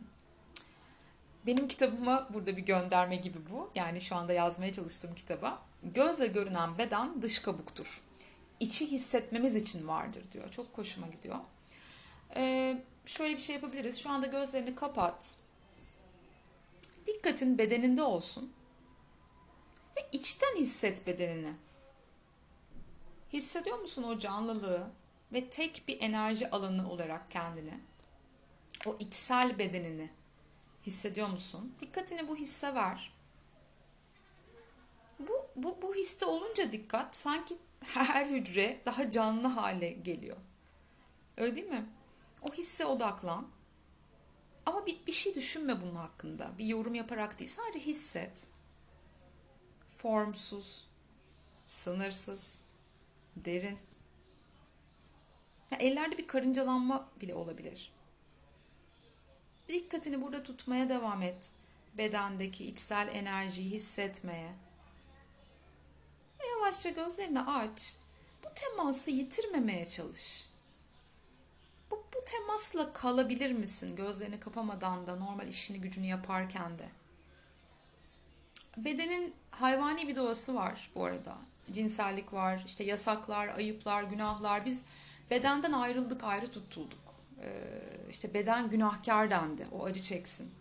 benim kitabıma burada bir gönderme gibi bu. Yani şu anda yazmaya çalıştığım kitaba. Gözle görünen beden dış kabuktur. İçi hissetmemiz için vardır diyor. Çok hoşuma gidiyor. Ee, şöyle bir şey yapabiliriz. Şu anda gözlerini kapat. Dikkatin bedeninde olsun. Ve içten hisset bedenini. Hissediyor musun o canlılığı ve tek bir enerji alanı olarak kendini? O içsel bedenini hissediyor musun? Dikkatini bu hisse ver. Bu, bu, bu histe olunca dikkat sanki her hücre daha canlı hale geliyor. Öyle değil mi? O hisse odaklan. Ama bir, bir şey düşünme bunun hakkında. Bir yorum yaparak değil. Sadece hisset. Formsuz, sınırsız, derin. Ya ellerde bir karıncalanma bile olabilir. Dikkatini burada tutmaya devam et. Bedendeki içsel enerjiyi hissetmeye. Ve yavaşça gözlerini aç. Bu teması yitirmemeye çalış. Bu, bu temasla kalabilir misin? Gözlerini kapamadan da normal işini gücünü yaparken de. Bedenin hayvani bir doğası var bu arada. Cinsellik var, işte yasaklar, ayıplar, günahlar. Biz bedenden ayrıldık, ayrı tutulduk. Ee, işte beden günahkar dendi, o acı çeksin.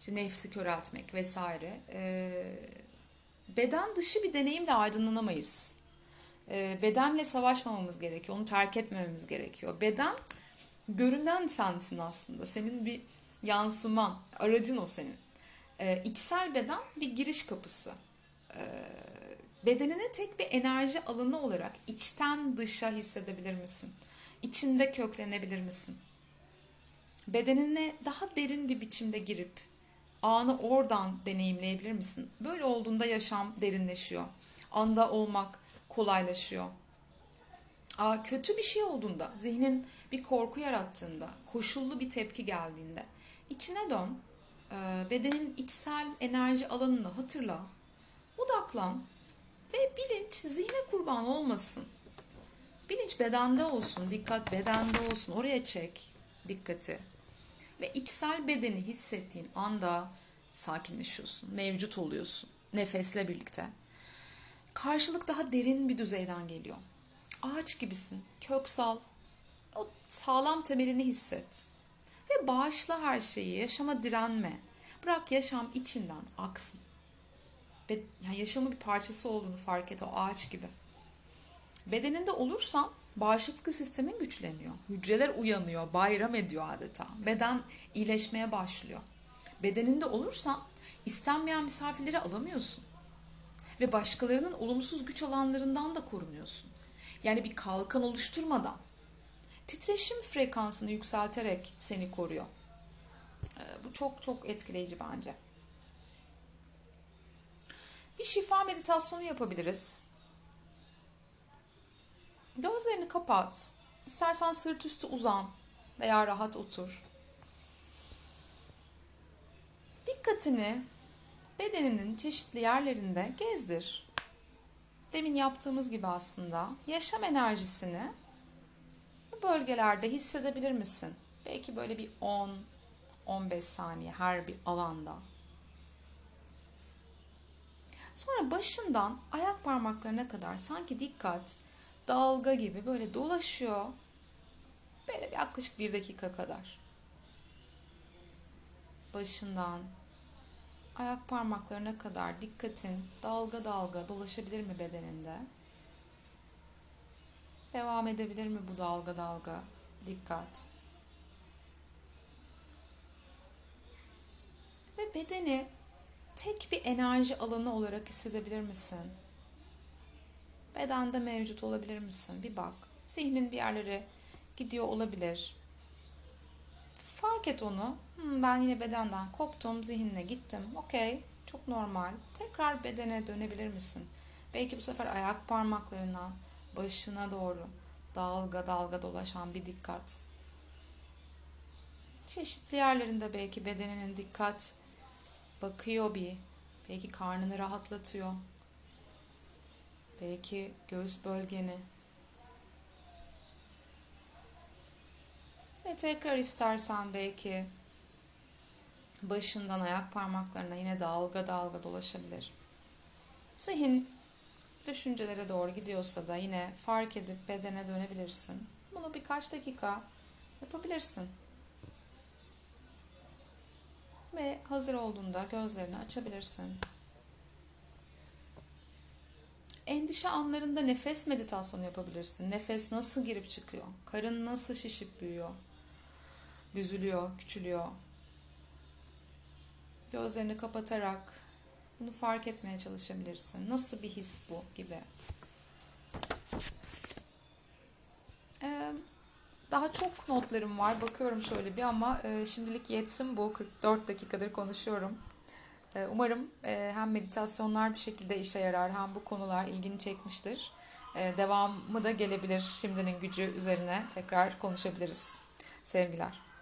işte nefsi köreltmek vesaire. E, beden dışı bir deneyimle aydınlanamayız. E, bedenle savaşmamamız gerekiyor. Onu terk etmememiz gerekiyor. Beden görünen sensin aslında. Senin bir yansıman, aracın o senin. E, içsel beden bir giriş kapısı. E, bedenine tek bir enerji alanı olarak içten dışa hissedebilir misin? İçinde köklenebilir misin? Bedenine daha derin bir biçimde girip anı oradan deneyimleyebilir misin? Böyle olduğunda yaşam derinleşiyor. Anda olmak kolaylaşıyor. Aa, kötü bir şey olduğunda, zihnin bir korku yarattığında, koşullu bir tepki geldiğinde içine dön, e, bedenin içsel enerji alanını hatırla, odaklan ve bilinç zihne kurban olmasın. Bilinç bedende olsun, dikkat bedende olsun, oraya çek dikkati. Ve içsel bedeni hissettiğin anda sakinleşiyorsun, mevcut oluyorsun nefesle birlikte. Karşılık daha derin bir düzeyden geliyor. Ağaç gibisin, kök sal, o sağlam temelini hisset. Ve bağışla her şeyi, yaşama direnme. Bırak yaşam içinden aksın. Ve yani yaşamın bir parçası olduğunu fark et, o ağaç gibi. Bedeninde olursan bağışıklık sistemin güçleniyor. Hücreler uyanıyor, bayram ediyor adeta. Beden iyileşmeye başlıyor. Bedeninde olursan istenmeyen misafirleri alamıyorsun. Ve başkalarının olumsuz güç alanlarından da korunuyorsun. Yani bir kalkan oluşturmadan titreşim frekansını yükselterek seni koruyor. Bu çok çok etkileyici bence. Bir şifa meditasyonu yapabiliriz. Gözlerini kapat. İstersen sırt üstü uzan veya rahat otur. Dikkatini bedeninin çeşitli yerlerinde gezdir. Demin yaptığımız gibi aslında yaşam enerjisini bu bölgelerde hissedebilir misin? Belki böyle bir on on beş saniye her bir alanda. Sonra başından ayak parmaklarına kadar sanki dikkat dalga gibi böyle dolaşıyor. Böyle bir yaklaşık bir dakika kadar. Başından ayak parmaklarına kadar dikkatin dalga dalga dolaşabilir mi bedeninde? Devam edebilir mi bu dalga dalga dikkat? Ve bedeni tek bir enerji alanı olarak hissedebilir misin? Bedende mevcut olabilir misin? Bir bak. Zihnin bir yerlere gidiyor olabilir. Fark et onu. Hmm, ben yine bedenden koptum, zihinle gittim. Okey, çok normal. Tekrar bedene dönebilir misin? Belki bu sefer ayak parmaklarından başına doğru dalga dalga dolaşan bir dikkat. Çeşitli yerlerinde belki bedeninin dikkat bakıyor bir. Belki karnını rahatlatıyor. Belki göğüs bölgeni. Ve tekrar istersen belki başından ayak parmaklarına yine dalga dalga dolaşabilir. Zihin düşüncelere doğru gidiyorsa da yine fark edip bedene dönebilirsin. Bunu birkaç dakika yapabilirsin. Ve hazır olduğunda gözlerini açabilirsin. Endişe anlarında nefes meditasyonu yapabilirsin. Nefes nasıl girip çıkıyor? Karın nasıl şişip büyüyor? Büzülüyor, küçülüyor. Gözlerini kapatarak bunu fark etmeye çalışabilirsin. Nasıl bir his bu gibi. Ee, daha çok notlarım var. Bakıyorum şöyle bir ama e, şimdilik yetsin bu. kırk dört dakikadır konuşuyorum. E, umarım e, hem meditasyonlar bir şekilde işe yarar hem bu konular ilgini çekmiştir. E, devamı da gelebilir. Şimdinin gücü üzerine tekrar konuşabiliriz. Sevgiler.